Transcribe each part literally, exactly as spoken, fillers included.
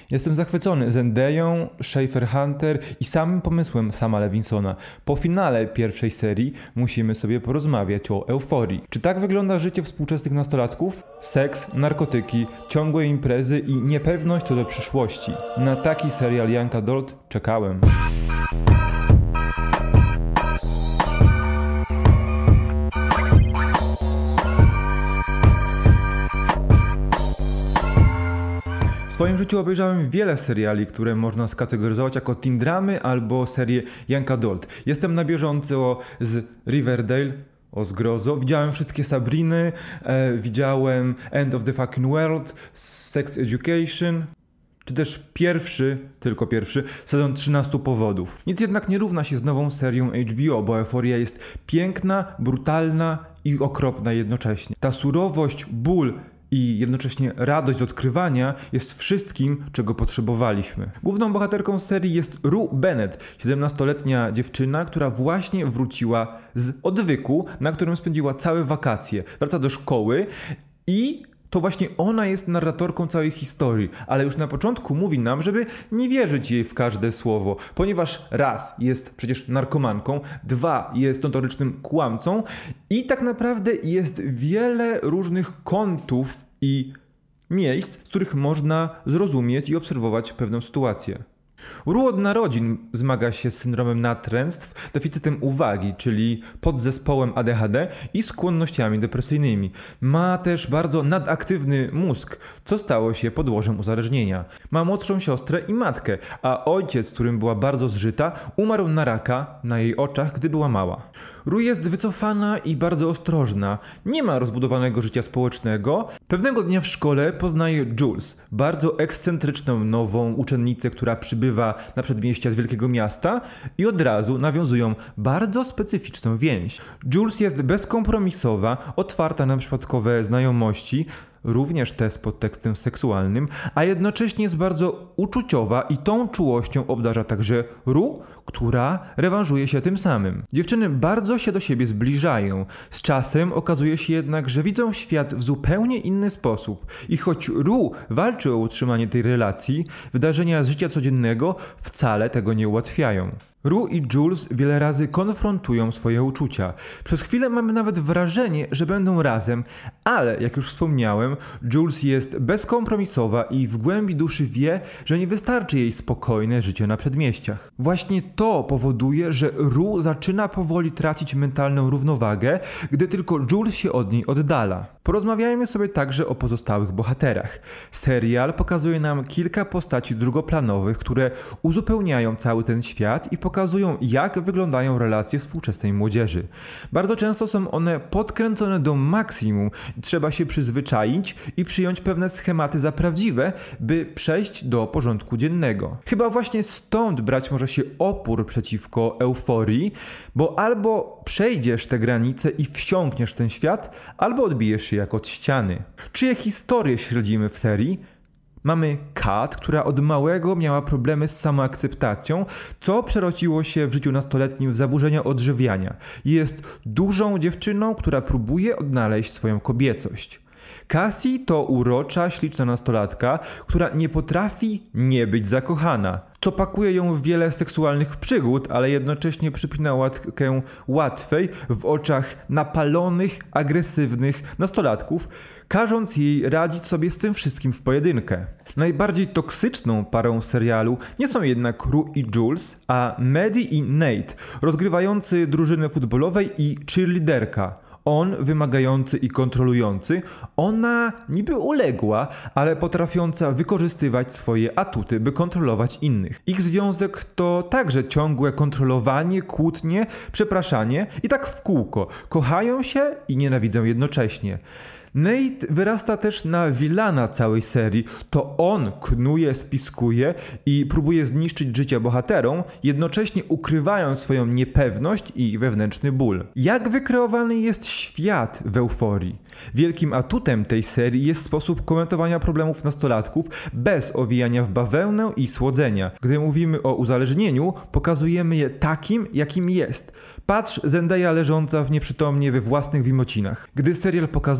Jestem zachwycony Zendayą, Schaeffer Hunter i samym pomysłem Sama Levinsona. Po finale pierwszej serii musimy sobie porozmawiać o euforii. Czy tak wygląda życie współczesnych nastolatków? Seks, narkotyki, ciągłe imprezy i niepewność co do przyszłości. Na taki serial Young Adult czekałem. W swoim życiu obejrzałem wiele seriali, które można skategoryzować jako teen dramy albo serię Young Adult. Jestem na bieżąco z Riverdale, o zgrozo. Widziałem wszystkie Sabriny, e, widziałem End of the Fucking World, Sex Education, czy też pierwszy, tylko pierwszy, sezon trzynastu powodów. Nic jednak nie równa się z nową serią H B O, bo euforia jest piękna, brutalna i okropna jednocześnie. Ta surowość, ból i jednocześnie radość z odkrywania jest wszystkim, czego potrzebowaliśmy. Główną bohaterką serii jest Rue Bennett, siedemnastoletnia dziewczyna, która właśnie wróciła z odwyku, na którym spędziła całe wakacje. Wraca do szkoły i to właśnie ona jest narratorką całej historii, ale już na początku mówi nam, żeby nie wierzyć jej w każde słowo, ponieważ raz jest przecież narkomanką, dwa jest notorycznym kłamcą i tak naprawdę jest wiele różnych kątów i miejsc, z których można zrozumieć i obserwować pewną sytuację. Rue od narodzin zmaga się z syndromem natręctw, deficytem uwagi, czyli podzespołem A D H D i skłonnościami depresyjnymi. Ma też bardzo nadaktywny mózg, co stało się podłożem uzależnienia. Ma młodszą siostrę i matkę, a ojciec, z którym była bardzo zżyta, umarł na raka na jej oczach, gdy była mała. Rue jest wycofana i bardzo ostrożna. Nie ma rozbudowanego życia społecznego. Pewnego dnia w szkole poznaje Jules, bardzo ekscentryczną nową uczennicę, która przybywa na przedmieścia z wielkiego miasta i od razu nawiązują bardzo specyficzną więź. Jules jest bezkompromisowa, otwarta na przypadkowe znajomości, również te z podtekstem seksualnym, a jednocześnie jest bardzo uczuciowa i tą czułością obdarza także Rue, która rewanżuje się tym samym. Dziewczyny bardzo się do siebie zbliżają. Z czasem okazuje się jednak, że widzą świat w zupełnie inny sposób. I choć Rue walczy o utrzymanie tej relacji, wydarzenia z życia codziennego wcale tego nie ułatwiają. Rue i Jules wiele razy konfrontują swoje uczucia. Przez chwilę mamy nawet wrażenie, że będą razem, ale jak już wspomniałem, Jules jest bezkompromisowa i w głębi duszy wie, że nie wystarczy jej spokojne życie na przedmieściach. Właśnie to powoduje, że Rue zaczyna powoli tracić mentalną równowagę, gdy tylko Jules się od niej oddala. Porozmawiajmy sobie także o pozostałych bohaterach. Serial pokazuje nam kilka postaci drugoplanowych, które uzupełniają cały ten świat i pokazują, jak wyglądają relacje współczesnej młodzieży. Bardzo często są one podkręcone do maksimum. Trzeba się przyzwyczaić i przyjąć pewne schematy za prawdziwe, by przejść do porządku dziennego. Chyba właśnie stąd brać może się opór przeciwko euforii, bo albo przejdziesz te granice i wsiąkniesz w ten świat, albo odbijesz się jak od ściany. Czyje historie śledzimy w serii? Mamy Kat, która od małego miała problemy z samoakceptacją, co przerodziło się w życiu nastoletnim w zaburzenia odżywiania. Jest dużą dziewczyną, która próbuje odnaleźć swoją kobiecość. Cassie to urocza, śliczna nastolatka, która nie potrafi nie być zakochana, co pakuje ją w wiele seksualnych przygód, ale jednocześnie przypina łatkę łatwej w oczach napalonych, agresywnych nastolatków, każąc jej radzić sobie z tym wszystkim w pojedynkę. Najbardziej toksyczną parą serialu nie są jednak Rue i Jules, a Maddie i Nate, rozgrywający drużyny futbolowej i cheerleaderka. On wymagający i kontrolujący, ona niby uległa, ale potrafiąca wykorzystywać swoje atuty, by kontrolować innych. Ich związek to także ciągłe kontrolowanie, kłótnie, przepraszanie i tak w kółko. Kochają się i nienawidzą jednocześnie. Nate wyrasta też na wilana całej serii. To on knuje, spiskuje i próbuje zniszczyć życie bohaterom, jednocześnie ukrywając swoją niepewność i wewnętrzny ból. Jak wykreowany jest świat w euforii? Wielkim atutem tej serii jest sposób komentowania problemów nastolatków bez owijania w bawełnę i słodzenia. Gdy mówimy o uzależnieniu, pokazujemy je takim, jakim jest. Patrz Zendaya leżąca w nieprzytomnie we własnych wimocinach. Gdy serial pokazuje nam,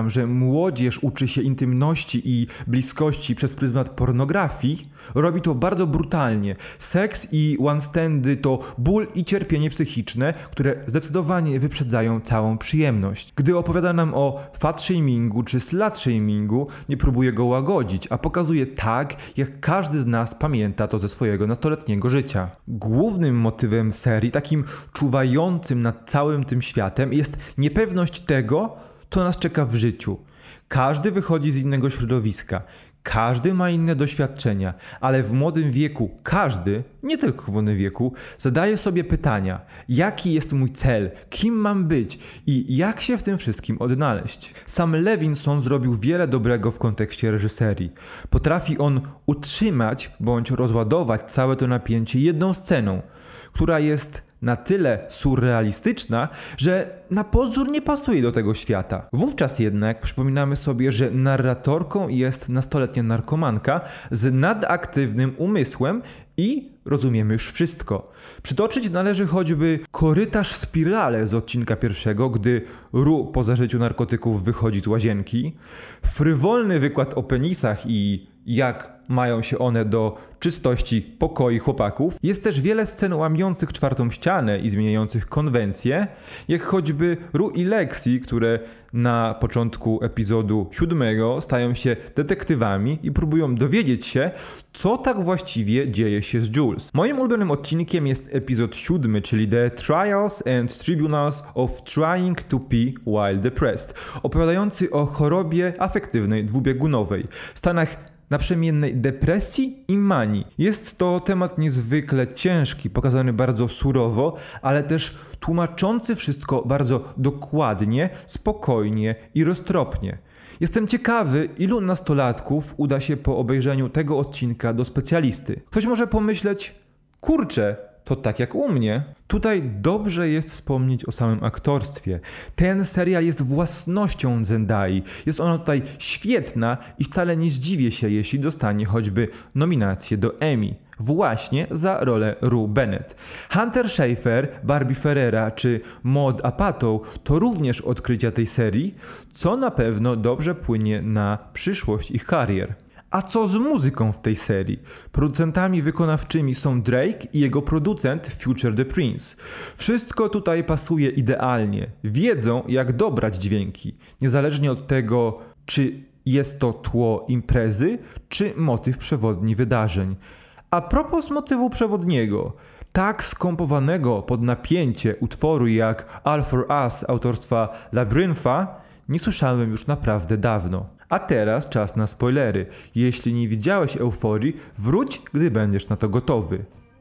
nam, że młodzież uczy się intymności i bliskości przez pryzmat pornografii, robi to bardzo brutalnie. Seks i one-standy to ból i cierpienie psychiczne, które zdecydowanie wyprzedzają całą przyjemność. Gdy opowiada nam o fat-shamingu czy slut-shamingu, nie próbuje go łagodzić, a pokazuje tak, jak każdy z nas pamięta to ze swojego nastoletniego życia. Głównym motywem serii, takim czuwającym nad całym tym światem, jest niepewność tego, co nas czeka w życiu. Każdy wychodzi z innego środowiska. Każdy ma inne doświadczenia, ale w młodym wieku każdy, nie tylko w młodym wieku, zadaje sobie pytania: jaki jest mój cel, kim mam być i jak się w tym wszystkim odnaleźć. Sam Levinson zrobił wiele dobrego w kontekście reżyserii. Potrafi on utrzymać bądź rozładować całe to napięcie jedną sceną, która jest na tyle surrealistyczna, że na pozór nie pasuje do tego świata. Wówczas jednak przypominamy sobie, że narratorką jest nastoletnia narkomanka z nadaktywnym umysłem i rozumiemy już wszystko. Przytoczyć należy choćby korytarz spirale z odcinka pierwszego, gdy Ru po zażyciu narkotyków wychodzi z łazienki, frywolny wykład o penisach i jak mają się one do czystości pokoi chłopaków. Jest też wiele scen łamiących czwartą ścianę i zmieniających konwencje, jak choćby Ru i Lexi, które na początku epizodu siódmego stają się detektywami i próbują dowiedzieć się, co tak właściwie dzieje się z Jules. Moim ulubionym odcinkiem jest epizod siódmy, czyli The Trials and Tribunals of Trying to Pee While Depressed, opowiadający o chorobie afektywnej dwubiegunowej, stanach naprzemiennej depresji i manii. Jest to temat niezwykle ciężki, pokazany bardzo surowo, ale też tłumaczący wszystko bardzo dokładnie, spokojnie i roztropnie. Jestem ciekawy, ilu nastolatków uda się po obejrzeniu tego odcinka do specjalisty. Ktoś może pomyśleć: kurczę, to tak jak u mnie. Tutaj dobrze jest wspomnieć o samym aktorstwie. Ten serial jest własnością Zendai. Jest ona tutaj świetna i wcale nie zdziwię się, jeśli dostanie choćby nominację do Emmy. Właśnie za rolę Ru Bennett. Hunter Schafer, Barbie Ferreira czy Maud Apatow to również odkrycia tej serii, co na pewno dobrze płynie na przyszłość ich karier. A co z muzyką w tej serii? Producentami wykonawczymi są Drake i jego producent Future the Prince. Wszystko tutaj pasuje idealnie. Wiedzą, jak dobrać dźwięki, niezależnie od tego, czy jest to tło imprezy, czy motyw przewodni wydarzeń. A propos motywu przewodniego, tak skomponowanego pod napięcie utworu jak All for Us autorstwa Labyrintha nie słyszałem już naprawdę dawno. A teraz czas na spoilery. Jeśli nie widziałeś Euforii, wróć, gdy będziesz na to gotowy.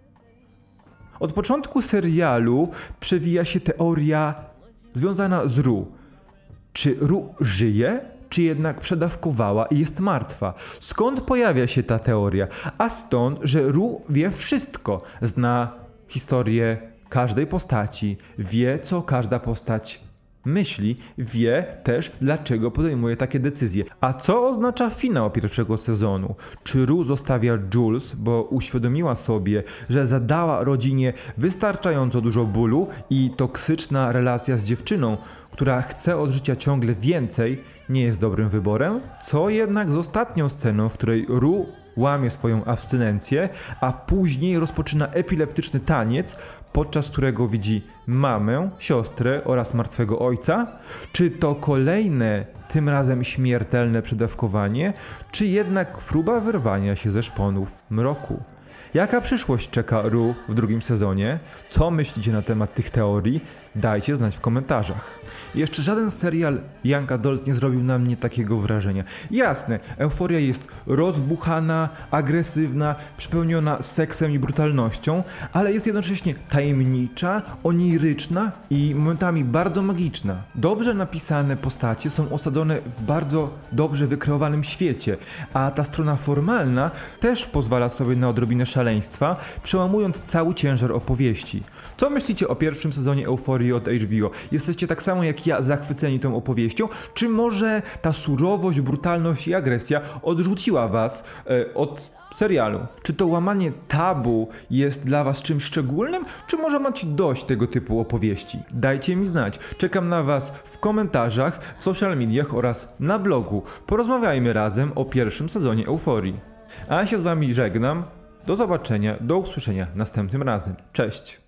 Od początku serialu przewija się teoria związana z Ru. Czy Ru żyje, czy jednak przedawkowała i jest martwa? Skąd pojawia się ta teoria? A stąd, że Ru wie wszystko. Zna historię każdej postaci, wie, co każda postać myśli, wie też, dlaczego podejmuje takie decyzje. A co oznacza finał pierwszego sezonu? Czy Ru zostawia Jules, bo uświadomiła sobie, że zadała rodzinie wystarczająco dużo bólu i toksyczna relacja z dziewczyną, która chce od życia ciągle więcej, nie jest dobrym wyborem? Co jednak z ostatnią sceną, w której Ru łamie swoją abstynencję, a później rozpoczyna epileptyczny taniec, podczas którego widzi mamę, siostrę oraz martwego ojca? Czy to kolejne, tym razem śmiertelne przedawkowanie, czy jednak próba wyrwania się ze szponów mroku? Jaka przyszłość czeka Ru w drugim sezonie? Co myślicie na temat tych teorii? Dajcie znać w komentarzach. Jeszcze żaden serial Young Adult nie zrobił na mnie takiego wrażenia. Jasne, Euforia jest rozbuchana, agresywna, przepełniona seksem i brutalnością, ale jest jednocześnie tajemnicza, oniryczna i momentami bardzo magiczna. Dobrze napisane postacie są osadzone w bardzo dobrze wykreowanym świecie, a ta strona formalna też pozwala sobie na odrobinę stopnia szaleństwa, przełamując cały ciężar opowieści. Co myślicie o pierwszym sezonie Euforii od H B O? Jesteście tak samo jak ja zachwyceni tą opowieścią? Czy może ta surowość, brutalność i agresja odrzuciła was e, od serialu? Czy to łamanie tabu jest dla was czymś szczególnym, czy może macie dość tego typu opowieści? Dajcie mi znać. Czekam na was w komentarzach, w social mediach oraz na blogu. Porozmawiajmy razem o pierwszym sezonie Euforii. A ja się z wami żegnam. Do zobaczenia, do usłyszenia następnym razem. Cześć!